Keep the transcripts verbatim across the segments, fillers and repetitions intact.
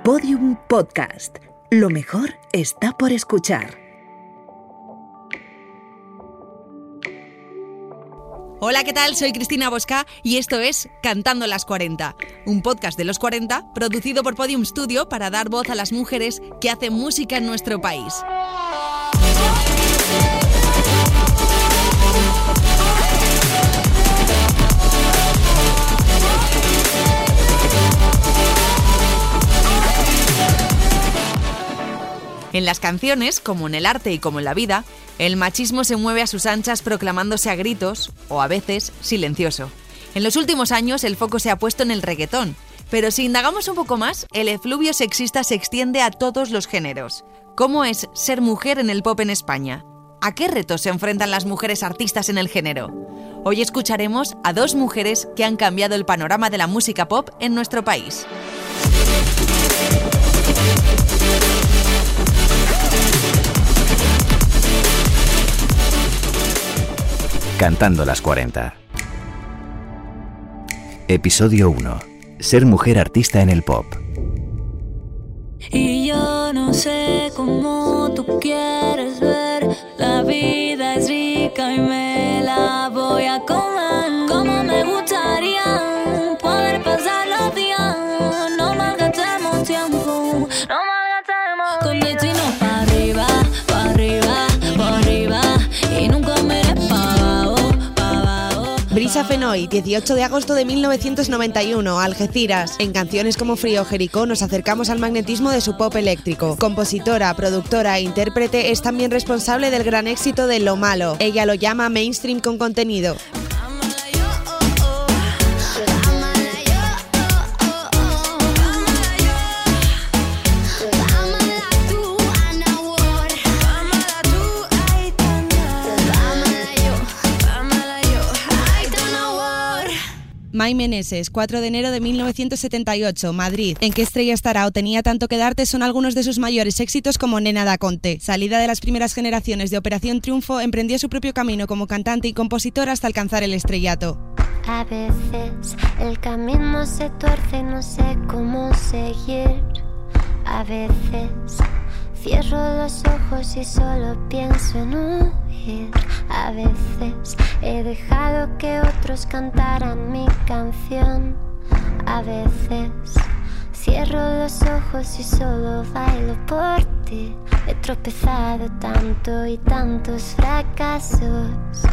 Podium Podcast. Lo mejor está por escuchar. Hola, ¿qué tal? Soy Cristina Bosca y esto es Cantando las cuarenta, un podcast de los cuarenta producido por Podium Studio para dar voz a las mujeres que hacen música en nuestro país. En las canciones, como en el arte y como en la vida, el machismo se mueve a sus anchas proclamándose a gritos, o a veces silencioso. En los últimos años el foco se ha puesto en el reggaetón, pero si indagamos un poco más, el efluvio sexista se extiende a todos los géneros. ¿Cómo es ser mujer en el pop en España? ¿A qué retos se enfrentan las mujeres artistas en el género? Hoy escucharemos a dos mujeres que han cambiado el panorama de la música pop en nuestro país. Cantando las cuarenta. Episodio uno. Ser mujer artista en el pop. Y yo no sé cómo tú quieres ver. La vida es rica y me la voy a comer. Como me gustaría poder pasar los días. No malgatemos tiempo, no malgatemos. Con destino para arriba, para arriba, para arriba. Y nunca me Brisa Fenoy, dieciocho de agosto de mil novecientos noventa y uno, Algeciras. En canciones como Frío o Jericó nos acercamos al magnetismo de su pop eléctrico. Compositora, productora e intérprete, es también responsable del gran éxito de Lo Malo. Ella lo llama mainstream con contenido. Mai Meneses, cuatro de enero de mil novecientos setenta y ocho, Madrid. En qué estrella estará o tenía tanto que darte son algunos de sus mayores éxitos como Nena da Conte. Salida de las primeras generaciones de Operación Triunfo, emprendió su propio camino como cantante y compositora hasta alcanzar el estrellato. A veces el camino se tuerce y no sé cómo seguir. A veces cierro los ojos y solo pienso en huir. A veces he dejado que otros cantaran mi canción. A veces cierro los ojos y solo bailo por ti. He tropezado tanto y tantos fracasos,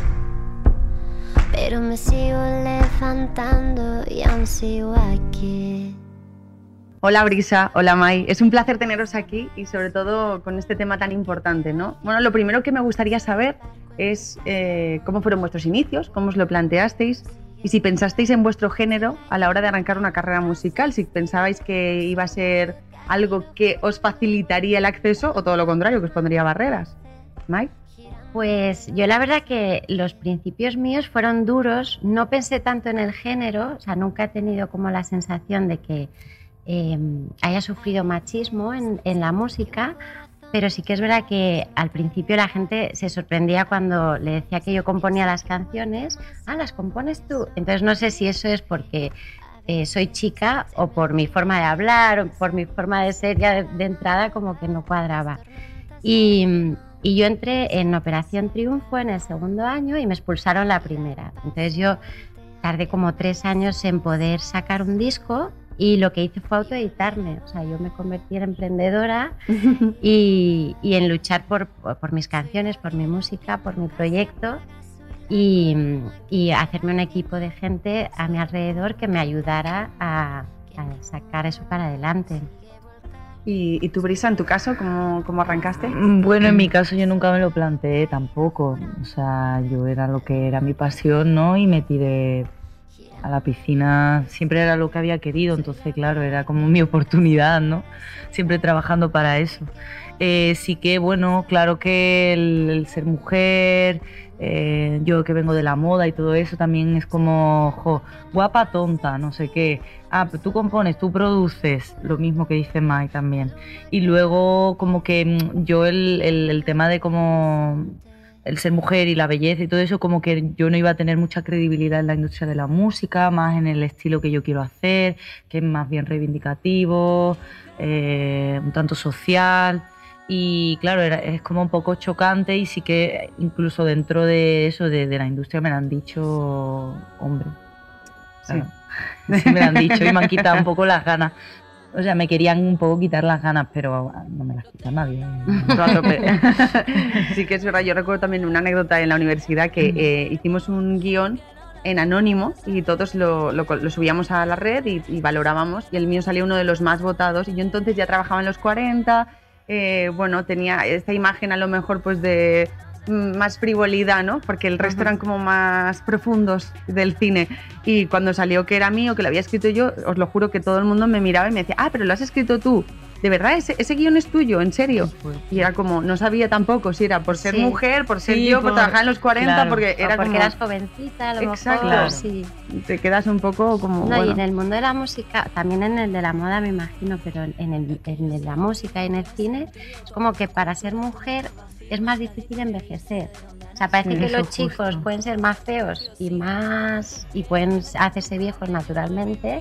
pero me sigo levantando y aún sigo aquí. Hola Brisa, hola Mai, es un placer teneros aquí y sobre todo con este tema tan importante, ¿no? Bueno, lo primero que me gustaría saber es eh, cómo fueron vuestros inicios, cómo os lo planteasteis y si pensasteis en vuestro género a la hora de arrancar una carrera musical, si pensabais que iba a ser algo que os facilitaría el acceso o todo lo contrario, que os pondría barreras. Mai. Pues yo la verdad que los principios míos fueron duros, no pensé tanto en el género, o sea, nunca he tenido como la sensación de que Eh, haya sufrido machismo en, en la música, pero sí que es verdad que al principio la gente se sorprendía cuando le decía que yo componía las canciones. Ah, ¿las compones tú? Entonces no sé si eso es porque eh, soy chica o por mi forma de hablar o por mi forma de ser ya de, de entrada como que no cuadraba. Y, y yo entré en Operación Triunfo en el segundo año y me expulsaron la primera. Entonces yo tardé como tres años en poder sacar un disco. Y lo que hice fue autoeditarme, o sea, yo me convertí en emprendedora y, y en luchar por, por mis canciones, por mi música, por mi proyecto y, y hacerme un equipo de gente a mi alrededor que me ayudara a, a sacar eso para adelante. ¿Y, y tú, Brisa, en tu caso, cómo, cómo arrancaste? Bueno, en mi caso yo nunca me lo planteé tampoco, o sea, yo era lo que era mi pasión, ¿no? Y me tiré a la piscina, siempre era lo que había querido, entonces claro, era como mi oportunidad, ¿no? Siempre trabajando para eso. Eh, sí que, bueno, claro que el, el ser mujer, eh, yo que vengo de la moda y todo eso, también es como, jo, guapa, tonta, no sé qué. Ah, tú compones, tú produces, lo mismo que dice Mai también. Y luego como que yo el, el, el tema de cómo el ser mujer y la belleza y todo eso, como que yo no iba a tener mucha credibilidad en la industria de la música, más en el estilo que yo quiero hacer, que es más bien reivindicativo, eh, un tanto social. Y claro, era, es como un poco chocante, y sí que incluso dentro de eso, de, de la industria, me lo han dicho hombres. Claro. Sí. Sí me lo han dicho y me han quitado un poco las ganas. O sea, me querían un poco quitar las ganas, pero no me las quita nadie. Sí que es verdad, yo recuerdo también una anécdota en la universidad que eh, hicimos un guión en anónimo y todos lo, lo, lo subíamos a la red y, y valorábamos, y el mío salió uno de los más votados, y yo entonces ya trabajaba en los cuarenta, eh, bueno, tenía esta imagen a lo mejor pues de más frivolidad, ¿no? Porque el resto uh-huh. eran como más profundos del cine, y cuando salió que era mío, que lo había escrito yo, os lo juro que todo el mundo me miraba y me decía, ah, pero lo has escrito tú, ¿de verdad ese, ese guión es tuyo? ¿En serio? Pues, y era como, no sabía tampoco si era por ser sí. mujer, por ser sí, yo, por, por trabajar en los cuarenta, claro. porque era o porque como... eras jovencita, a lo Exacto. mejor, Claro. sí. Te quedas un poco como... No, bueno. Y en el mundo de la música, también en el de la moda me imagino, pero en, el, en el, la música y en el cine, es como que para ser mujer es más difícil envejecer. O sea, parece sí, que los chicos justo. pueden ser más feos y más y pueden hacerse viejos naturalmente,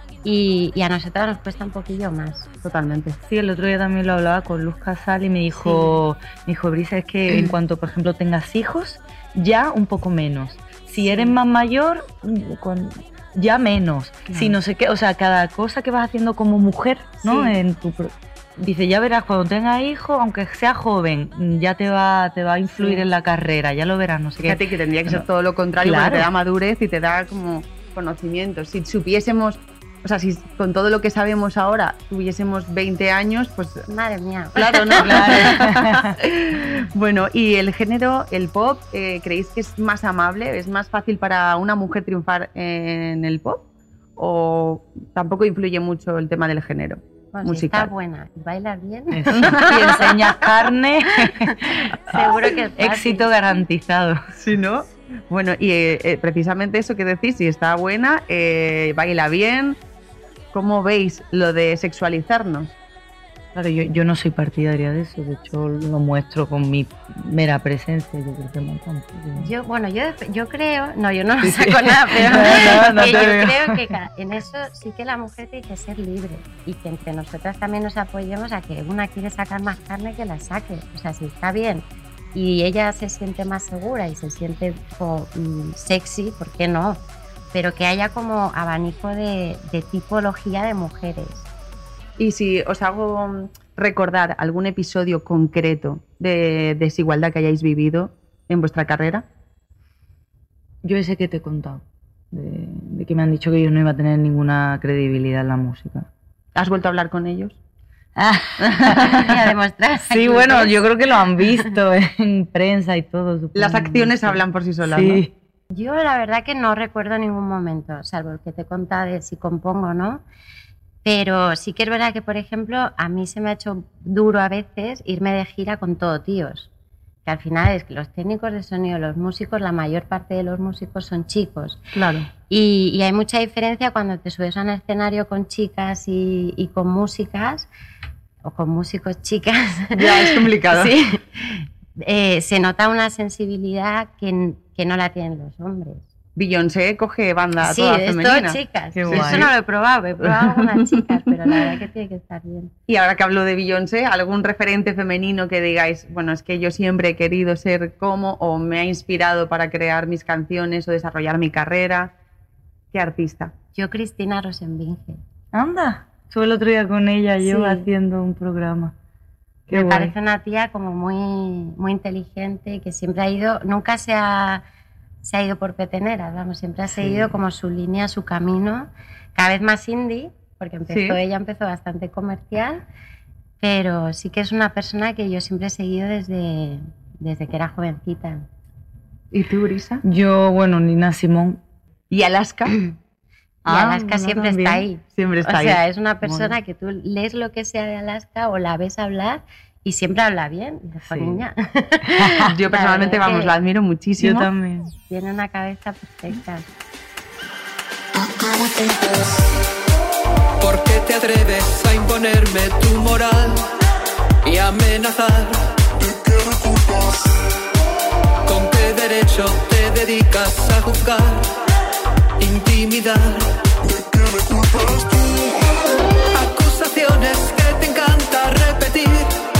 y, y a nosotras nos cuesta un poquillo más. Totalmente. Sí, el otro día también lo hablaba con Luz Casal y me dijo, sí. me dijo, Brisa, es que en cuanto, por ejemplo, tengas hijos, ya un poco menos. Si eres sí. más mayor, con, ya menos. Claro. Si no sé qué, o sea, cada cosa que vas haciendo como mujer, ¿no? Sí. En tu Dice, ya verás, cuando tengas hijos, aunque sea joven, ya te va, te va a influir sí. en la carrera, ya lo verás, no sé Fíjate qué. que tendría que ser todo lo contrario, claro. porque te da madurez y te da como conocimiento. Si supiésemos, o sea, si con todo lo que sabemos ahora tuviésemos veinte años, pues... Madre mía. Claro, ¿no? Claro. Bueno, y el género, el pop, eh, ¿creéis que es más amable? ¿Es más fácil para una mujer triunfar en el pop? ¿O tampoco influye mucho el tema del género? Bueno, si está buena y bailas bien y enseñas carne, seguro que es fácil. Éxito garantizado. Sí, ¿no? Bueno, y eh, precisamente eso que decís, si está buena, eh, baila bien, ¿cómo veis lo de sexualizarnos? Claro, yo, yo no soy partidaria de eso, de hecho lo muestro con mi mera presencia, yo creo que me encanta. Yo, bueno, yo, yo creo, no, yo no sí, saco sí. nada, pero no, no, no yo veo. creo que en eso sí que la mujer tiene que ser libre, y que entre nosotras también nos apoyemos a que una quiere sacar más carne, que la saque. O sea, si está bien y ella se siente más segura y se siente oh, sexy, ¿por qué no? Pero que haya como abanico de, de tipología de mujeres. Y si os hago recordar algún episodio concreto de desigualdad que hayáis vivido en vuestra carrera. Yo ese que te he contado, de, de que me han dicho que yo no iba a tener ninguna credibilidad en la música. ¿Has vuelto a hablar con ellos? Ah, a demostrar. Sí, bueno, yo creo que lo han visto en prensa y todo. Supongo. Las acciones hablan por sí solas, sí. ¿no? Yo la verdad que no recuerdo ningún momento, salvo el que te he contado de si compongo, ¿no? Pero sí que es verdad que, por ejemplo, a mí se me ha hecho duro a veces irme de gira con todo tíos. Que al final es que los técnicos de sonido, los músicos, la mayor parte de los músicos son chicos. Claro. Y, y hay mucha diferencia cuando te subes a un escenario con chicas y, y con músicas, o con músicos chicas. Ya, es complicado. Sí. Eh, se nota una sensibilidad que, que no la tienen los hombres. Beyoncé coge banda sí, toda es femenina. todo chicas. Qué Eso guay. no lo he probado, he probado algunas chicas, pero la verdad que tiene que estar bien. Y ahora que hablo de Beyoncé, ¿algún referente femenino que digáis, bueno, es que yo siempre he querido ser como, o me ha inspirado para crear mis canciones o desarrollar mi carrera? ¿Qué artista? Yo, Cristina Rosenbinge. Anda, estuve el otro día con ella, yo sí. haciendo un programa. Qué me guay. parece una tía como muy, muy inteligente y que siempre ha ido, nunca se ha... se ha ido por peteneras, vamos, siempre ha seguido sí. como su línea, su camino, cada vez más indie, porque empezó, sí. ella empezó bastante comercial, pero sí que es una persona que yo siempre he seguido desde, desde que era jovencita. ¿Y tú, Brisa? Yo, bueno, Nina Simone. ¿Y Alaska? Y ah, Alaska no, siempre también. está ahí. Siempre está o ahí. O sea, es una persona bueno. que tú lees lo que sea de Alaska o la ves hablar y siempre habla bien. Y sí. niña. Yo personalmente, la vamos, la admiro muchísimo. Yo también. Tiene una cabeza perfecta. ¿Por qué te atreves a imponerme tu moral y amenazar? ¿De qué me culpas? hecho te dedicas a juzgar, intimidar. ¿De qué me culpas tú? Acusaciones que te encanta repetir,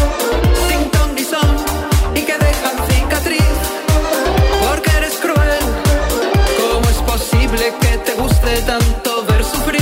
sin ton ni son, y que dejan cicatriz, porque eres cruel. ¿Cómo es posible que te guste tanto ver sufrir?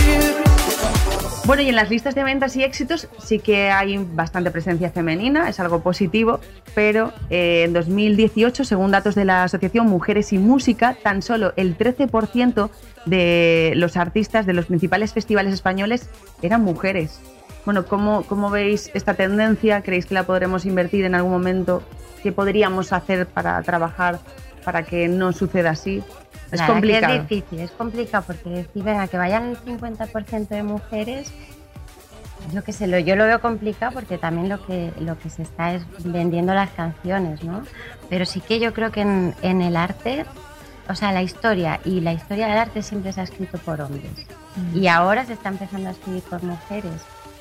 Bueno, y en las listas de ventas y éxitos sí que hay bastante presencia femenina, es algo positivo, pero eh, en dos mil dieciocho, según datos de la Asociación Mujeres y Música, tan solo el trece por ciento de los artistas de los principales festivales españoles eran mujeres. Bueno, ¿cómo, cómo veis esta tendencia? ¿Creéis que la podremos invertir en algún momento? ¿Qué podríamos hacer para trabajar para que no suceda así? Es Nada, complicado. Es difícil, es complicado porque decir, venga, que vayan el cincuenta por ciento de mujeres, yo qué sé, lo, yo lo veo complicado porque también lo que, lo que se está es vendiendo las canciones, ¿no? Pero sí que yo creo que en, en el arte, o sea, la historia y la historia del arte siempre se ha escrito por hombres. Mm. Y ahora se está empezando a escribir por mujeres.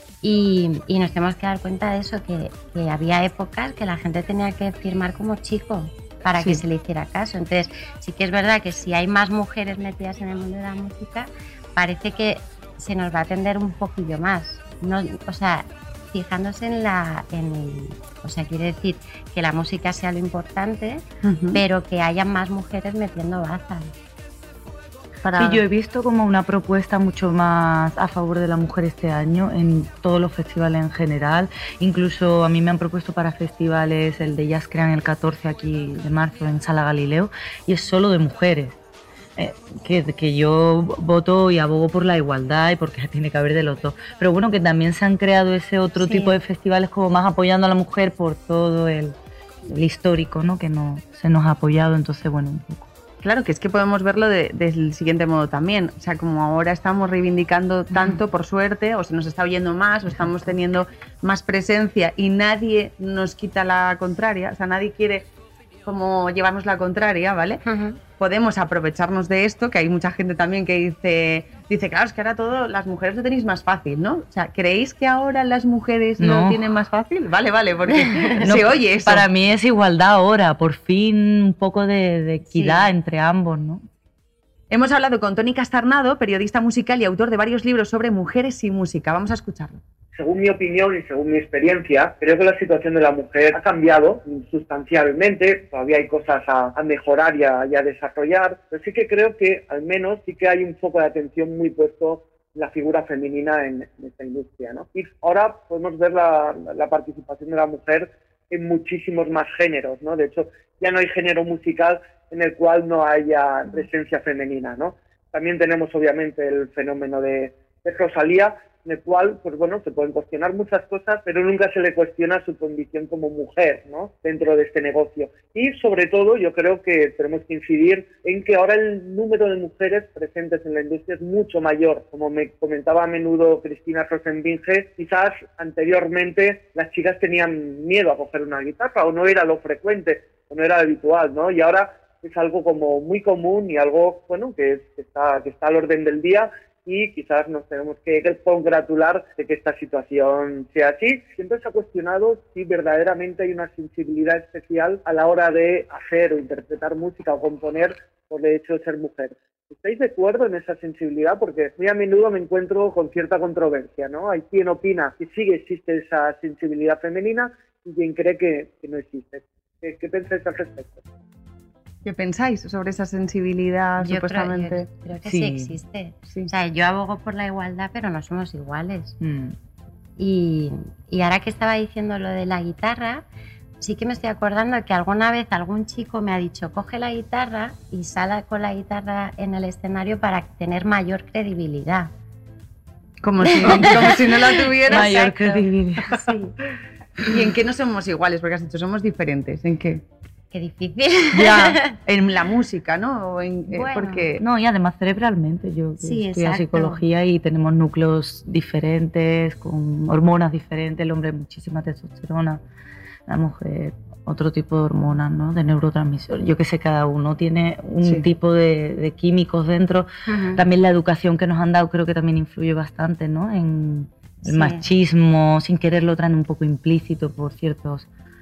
Y, y nos tenemos que dar cuenta de eso, que, que había épocas que la gente tenía que firmar como chico para sí. que se le hiciera caso. Entonces, sí que es verdad que si hay más mujeres metidas en el mundo de la música, parece que se nos va a atender un poquillo más. No, o sea, fijándose en la... En el, o sea, quiere decir que la música sea lo importante, uh-huh. pero que haya más mujeres metiendo baza. Para... Sí, yo he visto como una propuesta mucho más a favor de la mujer este año en todos los festivales en general. Incluso a mí me han propuesto para festivales el de Jazz Crean el catorce aquí de marzo en Sala Galileo y es solo de mujeres. Eh, que, que yo voto y abogo por la igualdad y porque tiene que haber de los dos. Pero bueno, que también se han creado ese otro sí. tipo de festivales como más apoyando a la mujer por todo el, el histórico, ¿no? Que no, se nos ha apoyado, entonces bueno, un poco. Claro, que es que podemos verlo de, del siguiente modo también. O sea, como ahora estamos reivindicando tanto, por suerte, o se nos está oyendo más, o estamos teniendo más presencia y nadie nos quita la contraria, o sea, nadie quiere como llevarnos la contraria, ¿vale? Uh-huh. Podemos aprovecharnos de esto, que hay mucha gente también que dice, dice, claro, es que ahora todo, las mujeres lo tenéis más fácil, ¿no? O sea, ¿creéis que ahora las mujeres no. lo tienen más fácil? Vale, vale, porque no, se oye eso. Para mí es igualdad ahora, por fin un poco de, de equidad sí. entre ambos, ¿no? Hemos hablado con Toni Castarnado, periodista musical y autor de varios libros sobre mujeres y música. Vamos a escucharlo. Según mi opinión y según mi experiencia, creo que la situación de la mujer ha cambiado sustancialmente. Todavía hay cosas a, a mejorar y a, y a desarrollar, pero sí que creo que al menos sí que hay un foco de atención muy puesto en la figura femenina en, en esta industria, ¿no? Y ahora podemos ver la, la participación de la mujer en muchísimos más géneros, ¿no? De hecho, ya no hay género musical en el cual no haya presencia femenina, ¿no? También tenemos obviamente el fenómeno de, de Rosalía, en el cual, pues bueno, se pueden cuestionar muchas cosas, pero nunca se le cuestiona su condición como mujer, ¿no? Dentro de este negocio. Y sobre todo, yo creo que tenemos que incidir en que ahora el número de mujeres presentes en la industria es mucho mayor. Como me comentaba a menudo Cristina Rosenbinge, quizás anteriormente las chicas tenían miedo a coger una guitarra, o no era lo frecuente, o no era habitual, ¿no? Y ahora es algo como muy común y algo, bueno, que, es, que, está, que está al orden del día, y quizás nos tenemos que congratular de que esta situación sea así. Siempre se ha cuestionado si verdaderamente hay una sensibilidad especial a la hora de hacer o interpretar música o componer por el hecho de ser mujer. ¿Estáis de acuerdo en esa sensibilidad? Porque muy a menudo me encuentro con cierta controversia, ¿no? Hay quien opina que sí existe esa sensibilidad femenina y quien cree que, que no existe. ¿Qué, qué pensáis al respecto? ¿Qué pensáis sobre esa sensibilidad, yo supuestamente? Creo, yo creo que sí, sí existe. Sí. O sea, yo abogo por la igualdad, pero no somos iguales. Mm. Y, y ahora que estaba diciendo lo de la guitarra, sí que me estoy acordando que alguna vez algún chico me ha dicho, coge la guitarra y sala con la guitarra en el escenario para tener mayor credibilidad. Como si, como si no la tuviera. Mayor credibilidad. Sí. ¿Y en qué no somos iguales? Porque has dicho, somos diferentes. ¿En qué? Qué difícil. Ya, en la música, ¿no? O en, bueno, eh, porque... No, y además cerebralmente. Yo sí, estudio psicología y tenemos núcleos diferentes, con hormonas diferentes. El hombre muchísima testosterona, la mujer otro tipo de hormonas, ¿no? De neurotransmisor. Yo que sé, cada uno tiene un sí. tipo de, de químicos dentro. Uh-huh. También la educación que nos han dado creo que también influye bastante, ¿no? En el sí. machismo, sin querer lo traen un poco implícito por ciertos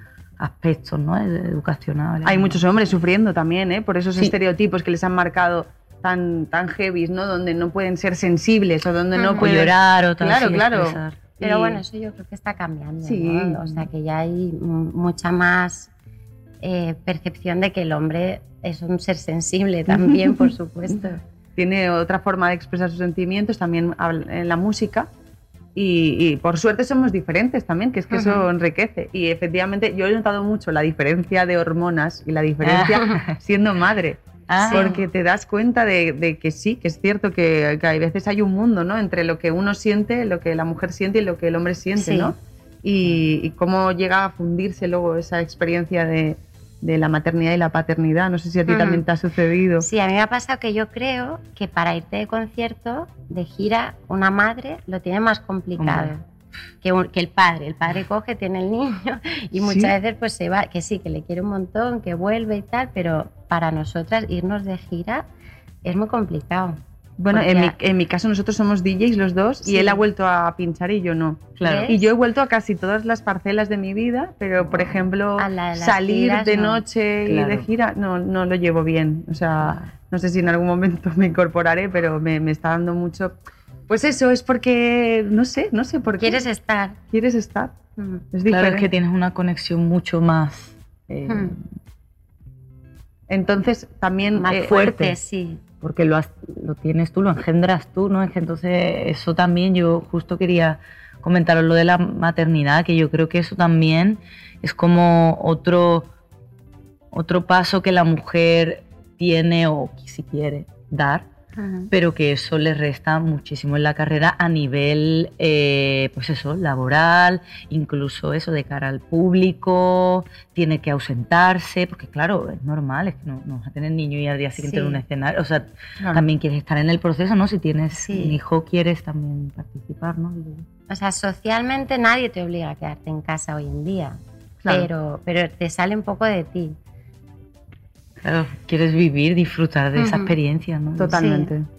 aspectos, ¿no? Educacionales. Hay muchos hombres sufriendo también, ¿eh? Por esos sí. estereotipos que les han marcado tan, tan heavy, ¿no? Donde no pueden ser sensibles o donde no o pueden llorar o tal. Claro, sí, claro. Expresar. Pero y... bueno, eso yo creo que está cambiando, sí. ¿no? O sea, que ya hay mucha más eh, percepción de que el hombre es un ser sensible también, por supuesto. Tiene otra forma de expresar sus sentimientos también en la música. Y, y por suerte somos diferentes también, que es que uh-huh. eso enriquece. Y efectivamente yo he notado mucho la diferencia de hormonas y la diferencia siendo madre. Ah, porque te das cuenta de, de que sí, que es cierto que, que a veces hay un mundo, ¿no? Entre lo que uno siente, lo que la mujer siente y lo que el hombre siente, sí. ¿no? Y, y cómo llega a fundirse luego esa experiencia de, de la maternidad y la paternidad. No sé si a ti uh-huh. también te ha sucedido. Sí, a mí me ha pasado que yo creo que para irte de concierto, de gira, una madre lo tiene más complicado. Uh-huh. Que, un, que el padre, el padre coge, tiene el niño y muchas ¿Sí? veces pues se va, que sí, que le quiere un montón, que vuelve y tal, pero para nosotras irnos de gira es muy complicado. Bueno, en mi, en mi caso nosotros somos D Js los dos sí. y él ha vuelto a pinchar y yo no. Claro. Y yo he vuelto a casi todas las parcelas de mi vida, pero por ejemplo la, salir giras, de noche no. y claro. de gira no, no lo llevo bien. O sea, no sé si en algún momento me incorporaré, pero me, me está dando mucho... Pues eso, es porque, no sé, no sé por qué. Quieres estar. Quieres estar. Mm. Es claro, es que tienes una conexión mucho más... Eh, mm. Entonces, también... Más eh, fuerte, fuerte, sí. Porque lo, has, lo tienes tú, lo engendras tú, ¿no? Es que entonces eso también, yo justo quería comentaros lo de la maternidad, que yo creo que eso también es como otro, otro paso que la mujer tiene o si quiere dar. Uh-huh. Pero que eso le resta muchísimo en la carrera a nivel, eh, pues eso, laboral, incluso eso de cara al público, tiene que ausentarse, porque claro, es normal, es que no, no vas a tener niño y al día siguiente sí. en un escenario, o sea, claro. también quieres estar en el proceso, ¿no? Si tienes sí. un hijo, quieres también participar, ¿no? O sea, socialmente nadie te obliga a quedarte en casa hoy en día, claro. pero, pero te sale un poco de ti. Claro, quieres vivir, disfrutar de uh-huh. esa experiencia, ¿no? Totalmente. Sí.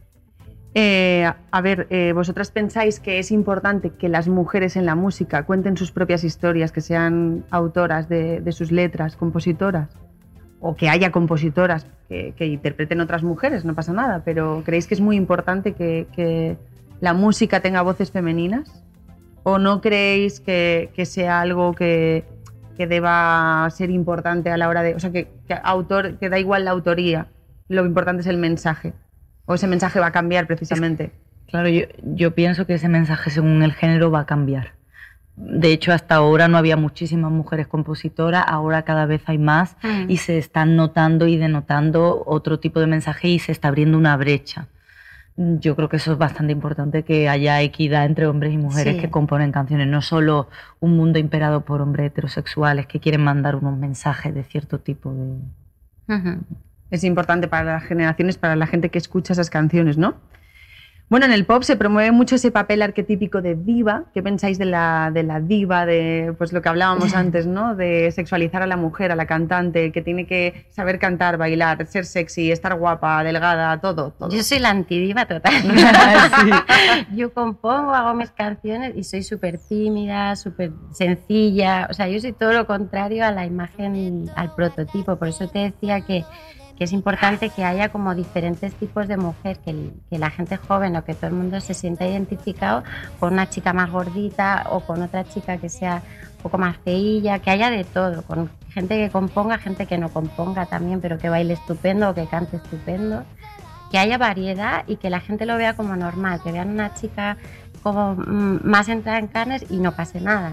Eh, a ver, eh, ¿vosotras pensáis que es importante que las mujeres en la música cuenten sus propias historias, que sean autoras de, de sus letras, compositoras? O que haya compositoras que, que interpreten otras mujeres, no pasa nada, pero ¿creéis que es muy importante que, que la música tenga voces femeninas? ¿O no creéis que, que sea algo que... que deba ser importante a la hora de... O sea, que, que, autor, que da igual la autoría, lo importante es el mensaje. O ese mensaje va a cambiar precisamente. Es, claro, yo, yo pienso que ese mensaje según el género va a cambiar. De hecho, hasta ahora no había muchísimas mujeres compositoras, ahora cada vez hay más mm. y se están notando y denotando otro tipo de mensaje y se está abriendo una brecha. Yo creo que eso es bastante importante, que haya equidad entre hombres y mujeres sí. que componen canciones, no solo un mundo imperado por hombres heterosexuales que quieren mandar unos mensajes de cierto tipo de... Uh-huh. Es importante para las generaciones, para la gente que escucha esas canciones, ¿no? Bueno, en el pop se promueve mucho ese papel arquetípico de diva. ¿Qué pensáis de la, de la diva, de pues lo que hablábamos antes, ¿no? De sexualizar a la mujer, a la cantante, que tiene que saber cantar, bailar, ser sexy, estar guapa, delgada, todo, todo. Yo soy la antidiva total. Sí. Yo compongo, hago mis canciones y soy súper tímida, súper sencilla. O sea, yo soy todo lo contrario a la imagen, al prototipo. Por eso te decía que que es importante que haya como diferentes tipos de mujer, que, el, que la gente joven o que todo el mundo se sienta identificado con una chica más gordita o con otra chica que sea un poco más feilla, que haya de todo, con gente que componga, gente que no componga también, pero que baile estupendo o que cante estupendo, que haya variedad y que la gente lo vea como normal, que vean una chica como mm, más entrada en carnes y no pase nada.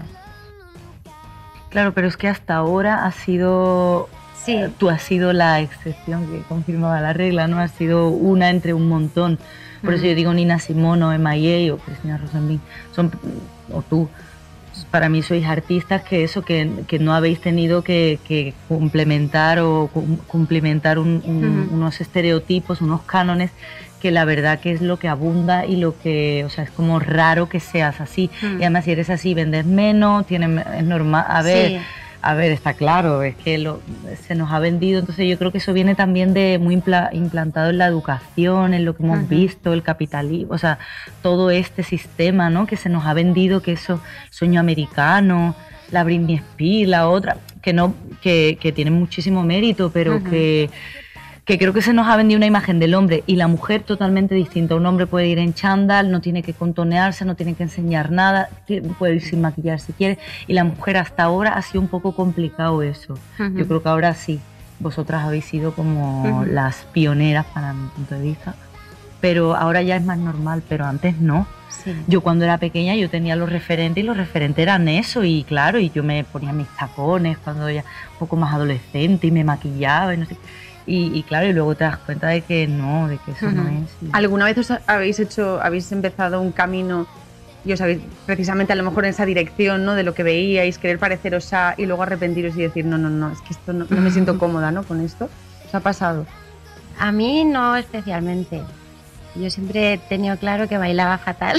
Claro, pero es que hasta ahora ha sido... Sí. Tú has sido la excepción que confirmaba la regla, ¿no? Has sido una entre un montón. Por mm. eso yo digo Nina Simone o M I A o Cristina Rosenbling, son, o tú, para mí sois artistas que eso, que, que no habéis tenido que, que complementar o cumplimentar un, un, mm. unos estereotipos, unos cánones, que la verdad que es lo que abunda y lo que, o sea, es como raro que seas así. Mm. Y además si eres así, vendes menos, tienes, es normal, a ver... Sí. A ver, está claro, es que lo, se nos ha vendido, entonces yo creo que eso viene también de muy impla, implantado en la educación, en lo que hemos uh-huh. visto, el capitalismo, o sea, todo este sistema, ¿no? Que se nos ha vendido, que eso, sueño americano, la Britney Spears, la otra, que no, que, que tienen muchísimo mérito, pero Ujú. que, que creo que se nos ha vendido una imagen del hombre y la mujer totalmente distinta. Un hombre puede ir en chándal, no tiene que contonearse, no tiene que enseñar nada, ti- puede ir sin maquillar si quiere, y la mujer hasta ahora ha sido un poco complicado eso. Ujú. Yo creo que ahora sí, vosotras habéis sido como Ujú. las pioneras para mi punto de vista, pero ahora ya es más normal, pero antes no. Sí. Yo cuando era pequeña yo tenía los referentes y los referentes eran eso, y claro, y yo me ponía mis tacones cuando ya un poco más adolescente y me maquillaba y no sé. Y, y claro, y luego te das cuenta de que no, de que eso no Ujú. es. y- ¿Alguna vez os habéis hecho, habéis empezado un camino y os habéis precisamente a lo mejor en esa dirección, ¿no? De lo que veíais, querer pareceros a y luego arrepentiros y decir, no, no, no, es que esto no, no me siento cómoda, ¿no? Con esto. ¿Os ha pasado? A mí no especialmente. Yo siempre he tenido claro que bailaba fatal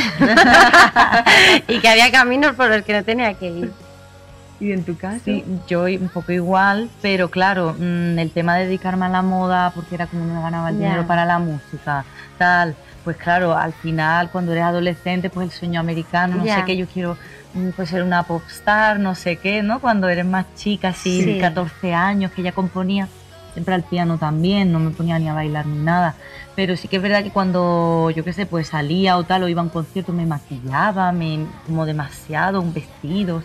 y que había caminos por los que no tenía que ir. ¿Y en tu caso? Sí, yo un poco igual, pero claro, mmm, el tema de dedicarme a la moda, porque era como no me ganaba el Ya. dinero para la música, tal, pues claro, al final cuando eres adolescente, pues el sueño americano, no Ya. sé qué, yo quiero mm, pues ser una popstar, no sé qué, ¿no? Cuando eres más chica, así, Sí. catorce años, que ya componía, siempre al piano también, no me ponía ni a bailar ni nada, pero sí que es verdad que cuando, yo qué sé, pues salía o tal, o iba a un concierto, me maquillaba, me, como demasiado, un vestido.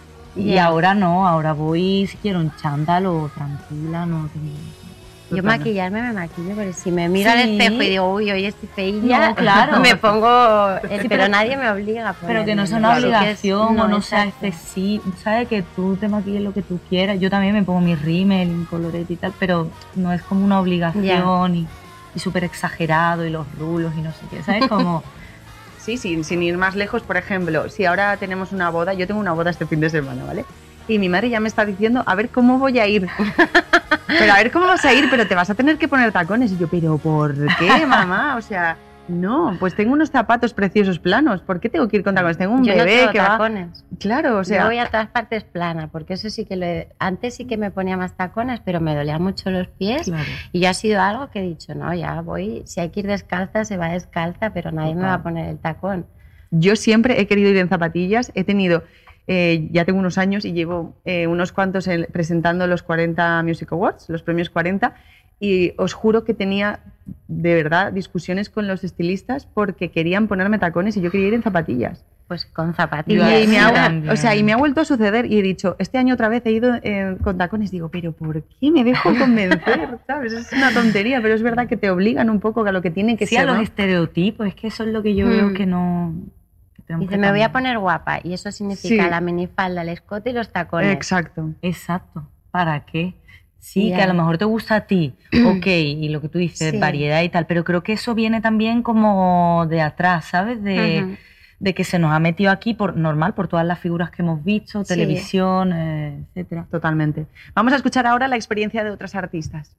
Y Ya. ahora no, ahora voy si quiero en chándal o tranquila, no tengo... Yo Total. maquillarme me maquillo, pero si me miro al Sí. espejo y digo, uy, hoy estoy feilla, No, claro. me pongo... el- Sí, pero, pero- nadie me obliga a Pero que no sea ponérmelo. una Así que es- obligación o no sea exacto. excesivo, ¿sabes? Que tú te maquilles lo que tú quieras. Yo también me pongo mi rímel, mi colorete y tal, pero no es como una obligación y, y súper exagerado y los rulos y no sé qué, ¿sabes? Como... Sí, sí, sin ir más lejos, por ejemplo, si ahora tenemos una boda, yo tengo una boda este fin de semana, ¿vale? Y mi madre ya me está diciendo, a ver cómo voy a ir. Pero a ver cómo vas a ir, pero te vas a tener que poner tacones. Y yo, ¿pero por qué, mamá? O sea, no, pues tengo unos zapatos preciosos planos. ¿Por qué tengo que ir con tacones? Tengo un Yo no bebé tengo que va... tacones. Claro, o Yo sea... voy a todas partes plana, porque eso sí que lo he- antes sí que me ponía más tacones, pero me dolían mucho los pies. Claro. Y ya ha sido algo que he dicho, no, ya voy, si hay que ir descalza, se va descalza, pero nadie me va a Total. poner el tacón. Yo siempre he querido ir en zapatillas, he tenido, eh, ya tengo unos años y llevo eh, unos cuantos en- presentando los cuarenta Music Awards, los premios cuarenta, y os juro que tenía de verdad discusiones con los estilistas porque querían ponerme tacones y yo quería ir en zapatillas. Pues con Y, zapatillas. me ha, también. o sea, y me ha vuelto a suceder y he dicho, este año otra vez he ido eh, con tacones, digo, pero ¿por qué me dejo convencer? ¿Sabes? Es una tontería, pero es verdad que te obligan un poco a lo que tiene que Sí, ser, a los ¿no? estereotipos, es que eso es lo que yo Mm. veo que no... que tenemos Dice, que me voy a cambiar. poner guapa, y eso significa Sí. la minifalda, el escote y los tacones. Exacto. Exacto. ¿Para qué? Sí, Ya. que a lo mejor te gusta a ti, ok, y lo que tú dices, Sí. variedad y tal, pero creo que eso viene también como de atrás, ¿sabes? De, Ujú. de que se nos ha metido aquí por normal, por todas las figuras que hemos visto, Sí. televisión, eh, etcétera. Totalmente. Vamos a escuchar ahora la experiencia de otras artistas.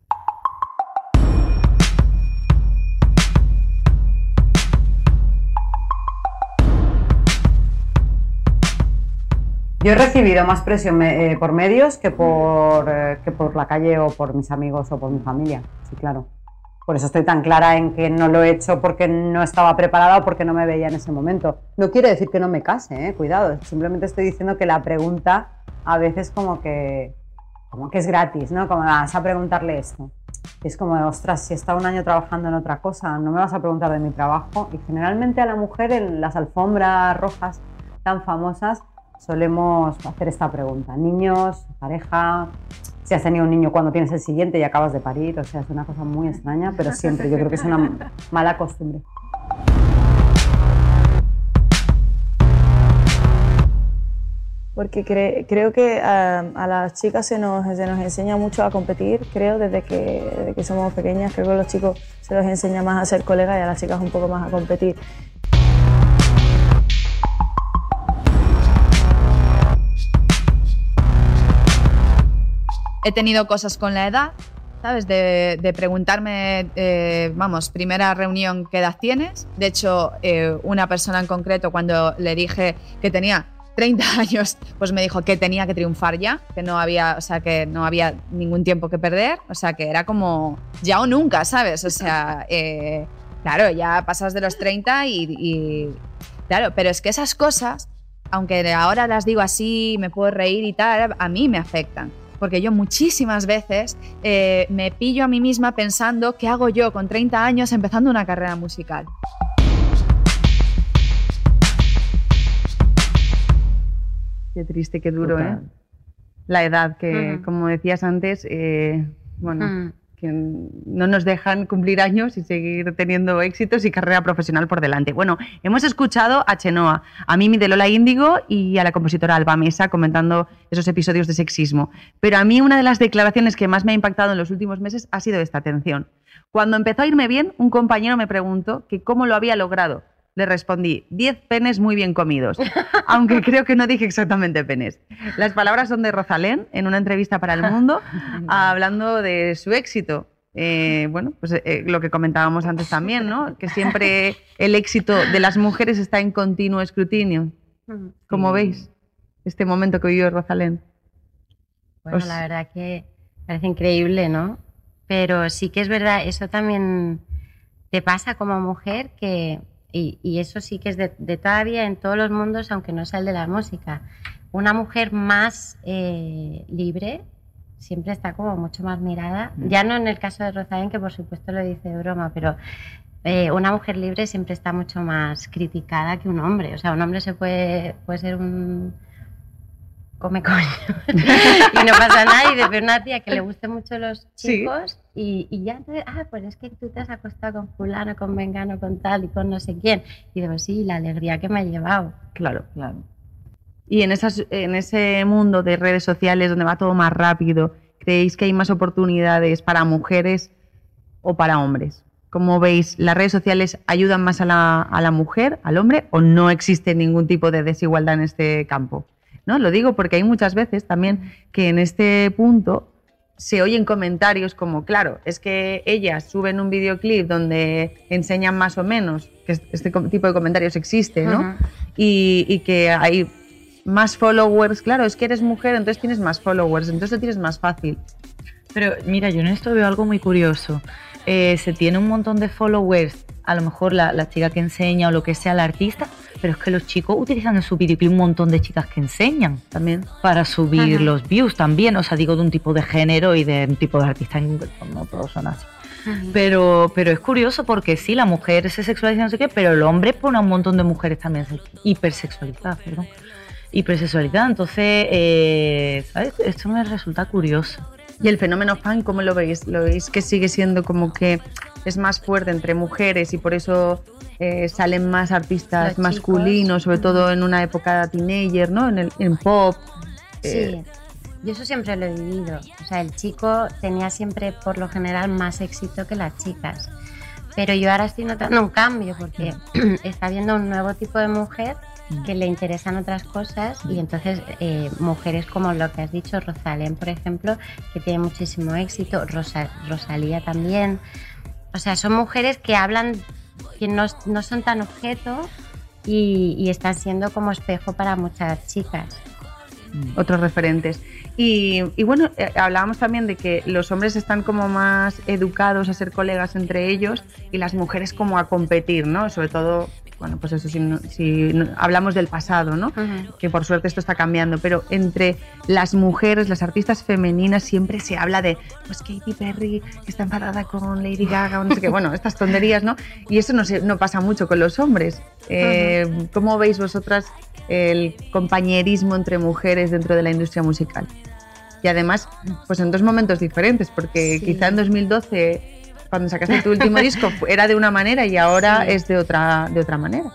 Yo he recibido más presión eh, por medios que por, eh, que por la calle o por mis amigos o por mi familia, sí, claro. Por eso estoy tan clara en que no lo he hecho porque no estaba preparada o porque no me veía en ese momento. No quiere decir que no me case, eh, cuidado, simplemente estoy diciendo que la pregunta a veces como que, como que es gratis, ¿no? Como vas a preguntarle esto. Es como, ostras, si he estado un año trabajando en otra cosa, no me vas a preguntar de mi trabajo. Y generalmente a la mujer en las alfombras rojas tan famosas solemos hacer esta pregunta. Niños, pareja, si has tenido un niño, cuando tienes el siguiente y acabas de parir, o sea, es una cosa muy extraña, pero siempre, yo creo que es una mala costumbre. Porque cre creo que a, a las chicas se nos, se nos enseña mucho a competir, creo, desde que, desde que somos pequeñas. Creo que a los chicos se les enseña más a ser colegas y a las chicas un poco más a competir. He tenido cosas con la edad, ¿sabes? De, de preguntarme, eh, vamos, primera reunión, ¿qué edad tienes? De hecho, eh, una persona en concreto, cuando le dije que tenía treinta años, pues me dijo que tenía que triunfar ya, que no había, o sea, que no había ningún tiempo que perder, o sea, que era como ya o nunca, ¿sabes? O sea, eh, claro, ya pasas de los treinta y, y claro, pero es que esas cosas, aunque ahora las digo así, me puedo reír y tal, a mí me afectan. porque yo muchísimas veces eh, me pillo a mí misma pensando qué hago yo con treinta años empezando una carrera musical. Qué triste, qué duro, Total. ¿eh? La edad, que Ujú. como decías antes, eh, bueno, Mm. que no nos dejan cumplir años y seguir teniendo éxitos y carrera profesional por delante. Bueno, hemos escuchado a Chenoa, a Mimi de Lola Índigo y a la compositora Alba Mesa comentando esos episodios de sexismo. Pero a mí una de las declaraciones que más me ha impactado en los últimos meses ha sido esta: atención. Cuando empezó a irme bien, un compañero me preguntó que cómo lo había logrado. Le respondí, diez penes muy bien comidos, aunque creo que no dije exactamente penes. Las palabras son de Rosalén en una entrevista para El Mundo, hablando de su éxito. Eh, bueno, pues eh, lo que comentábamos antes también, ¿no? Que siempre el éxito de las mujeres está en continuo escrutinio. ¿Cómo veis este momento que vivió Rosalén? Bueno, Os- la verdad que parece increíble, ¿no? Pero sí que es verdad, eso también te pasa como mujer que, y, y eso sí que es de, de todavía en todos los mundos, aunque no sea el de la música, una mujer más eh, libre siempre está como mucho más mirada, ya no en el caso de Rosalén, que por supuesto lo dice de broma, pero eh, una mujer libre siempre está mucho más criticada que un hombre. O sea, un hombre se puede, puede ser un come coño y no pasa nada, y de ver una tía que le guste mucho los chicos y, y ya entonces, ah, pues es que tú te has acostado con fulano, con vengano, con tal y con no sé quién, y digo, sí, la alegría que me ha llevado. Claro, claro. Y en, esas, en ese mundo de redes sociales donde va todo más rápido, ¿creéis que hay más oportunidades para mujeres o para hombres? ¿Cómo veis? ¿Las redes sociales ayudan más a la, a la mujer, al hombre, o no existe ningún tipo de desigualdad en este campo? ¿No? Lo digo porque hay muchas veces también que en este punto se oyen comentarios como, claro, es que ellas suben un videoclip donde enseñan más o menos, que este tipo de comentarios existe, ¿no? Ujú. y, y que hay más followers, claro, es que eres mujer, entonces tienes más followers, entonces lo tienes más fácil. Pero mira, yo en esto veo algo muy curioso. Eh, se tiene un montón de followers, a lo mejor la, la chica que enseña o lo que sea, la artista, pero es que los chicos utilizan en su videoclip un montón de chicas que enseñan también para subir Ajá. los views también, o sea, digo de un tipo de género y de un tipo de artista, no todos son así. Pero, pero es curioso porque sí, la mujer se sexualiza, no sé qué, pero el hombre pone a un montón de mujeres también hipersexualizadas, perdón, hipersexualizadas. Entonces, eh, ¿sabes? Esto me resulta curioso. ¿Y el fenómeno fan cómo lo veis? ¿Lo veis que sigue siendo como que es más fuerte entre mujeres y por eso eh, salen más artistas Los masculinos, chicos. sobre todo en una época teenager, ¿no? En, el, en pop. eh, Sí, yo eso siempre lo he vivido. O sea, el chico tenía siempre, por lo general, más éxito que las chicas. Pero yo ahora estoy notando un cambio porque está viendo un nuevo tipo de mujer que le interesan otras cosas y entonces eh, mujeres como lo que has dicho, Rosalén, por ejemplo, que tiene muchísimo éxito, Rosa, Rosalía también. O sea, son mujeres que hablan, que no, no son tan objeto y, y están siendo como espejo para muchas chicas. Otros referentes. Y, y bueno, eh, hablábamos también de que los hombres están como más educados a ser colegas entre ellos y las mujeres como a competir, ¿no? Sobre todo, bueno, pues eso, si, no- si no- hablamos del pasado, ¿no? Ujú. Que por suerte esto está cambiando, pero entre las mujeres, las artistas femeninas, siempre se habla de, pues Katy Perry está enfadada con Lady Gaga o no sé qué, bueno, estas tonterías, ¿no? Y eso no, se, no pasa mucho con los hombres. Eh, ¿Cómo veis vosotras el compañerismo entre mujeres dentro de la industria musical? Y además, pues en dos momentos diferentes, porque Sí. quizá en dos mil doce, cuando sacaste tu último disco, fu- era de una manera y ahora Sí. es de otra, de otra manera.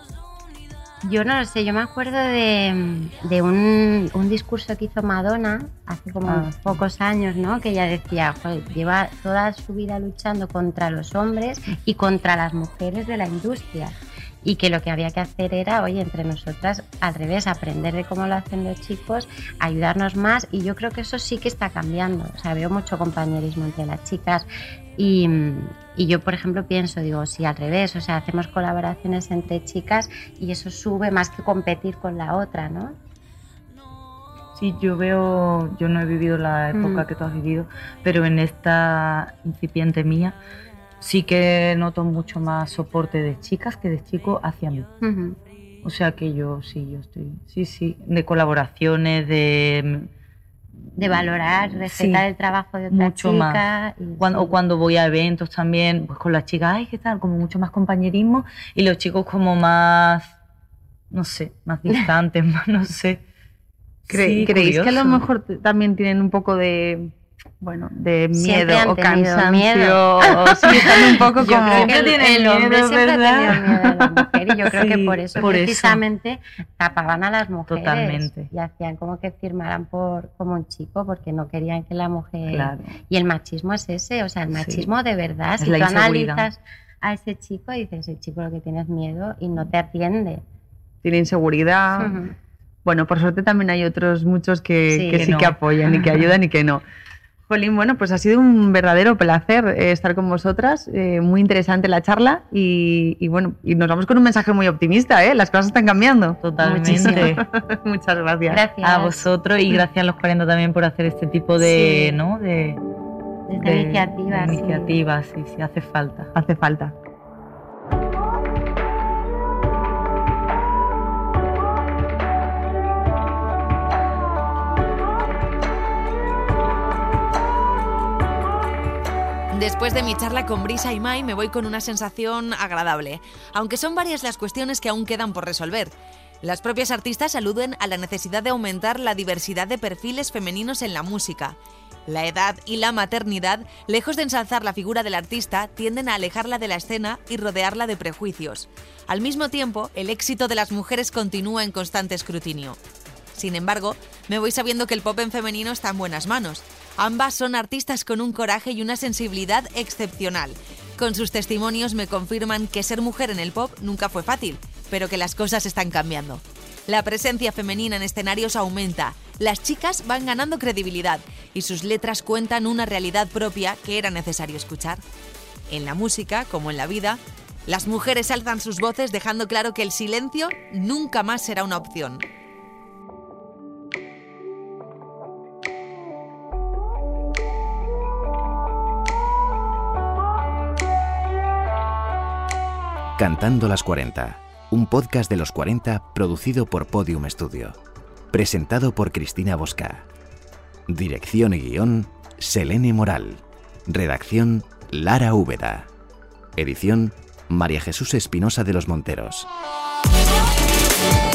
Yo no lo sé, yo me acuerdo de, de un, un discurso que hizo Madonna hace como Ah. pocos años, ¿no? Que ella decía, "Joder, lleva toda su vida luchando contra los hombres y contra las mujeres de la industria. Y que lo que había que hacer era, oye, entre nosotras, al revés, aprender de cómo lo hacen los chicos, ayudarnos más. Y yo creo que eso sí que está cambiando. O sea, veo mucho compañerismo entre las chicas. Y, y yo, por ejemplo, pienso, digo, sí, al revés, o sea, hacemos colaboraciones entre chicas y eso sube más que competir con la otra, ¿no? Sí, yo veo, yo no he vivido la época Mm. que tú has vivido, pero en esta incipiente mía sí que noto mucho más soporte de chicas que de chicos hacia mí. Ujú. O sea que yo sí, yo estoy, sí, sí, de colaboraciones, de, de valorar, respetar Sí, el trabajo de otra mucho chica. más. y Cuando, sí. O cuando voy a eventos también, pues con las chicas, ay, ¿qué tal? Como mucho más compañerismo y los chicos como más, no sé, más distantes, más, no sé. Cre- Sí, ¿Creéis que a lo curioso. mejor t- también tienen un poco de, bueno, de Siempre miedo han o tenido cansancio? miedo. O sí, están un poco Yo como... creo que el, tienen el hombre miedo, siempre ¿verdad? ha tenido miedo a la mujer y yo creo Sí, que por eso por eso. precisamente tapaban a las mujeres Totalmente. y hacían como que firmaran por como un chico porque no querían que la mujer... Claro. Y el machismo es ese, o sea, el Sí. machismo de verdad. Es Si la tú inseguridad. analizas a ese chico y dices, el chico lo que tiene es miedo y no te atiende. Tiene inseguridad. Ujú. Bueno, por suerte también hay otros muchos que Sí. que Que sí no. que apoyan y que ayudan y que no. Jolín, bueno, pues ha sido un verdadero placer eh, estar con vosotras, eh, muy interesante la charla y, y bueno, y nos vamos con un mensaje muy optimista, ¿eh? Las cosas están cambiando. Totalmente. Muchísimo. Muchas gracias. Gracias. A vosotros y gracias a los cuarenta también por hacer este tipo de, Sí. ¿no? de, Desde iniciativas. de sí. iniciativas, sí, sí, hace falta. Hace falta. Después de mi charla con Brisa y Mai me voy con una sensación agradable, aunque son varias las cuestiones que aún quedan por resolver. Las propias artistas aluden a la necesidad de aumentar la diversidad de perfiles femeninos en la música. La edad y la maternidad, lejos de ensalzar la figura del artista, tienden a alejarla de la escena y rodearla de prejuicios. Al mismo tiempo, el éxito de las mujeres continúa en constante escrutinio. Sin embargo, me voy sabiendo que el pop en femenino está en buenas manos. Ambas son artistas con un coraje y una sensibilidad excepcional. Con sus testimonios me confirman que ser mujer en el pop nunca fue fácil, pero que las cosas están cambiando. La presencia femenina en escenarios aumenta, las chicas van ganando credibilidad y sus letras cuentan una realidad propia que era necesario escuchar. En la música, como en la vida, las mujeres alzan sus voces dejando claro que el silencio nunca más será una opción. Cantando las cuarenta, un podcast de los cuarenta producido por Podium Studio. Presentado por Cristina Bosca. Dirección y guión, Selene Moral. Redacción, Lara Úbeda. Edición, María Jesús Espinosa de los Monteros.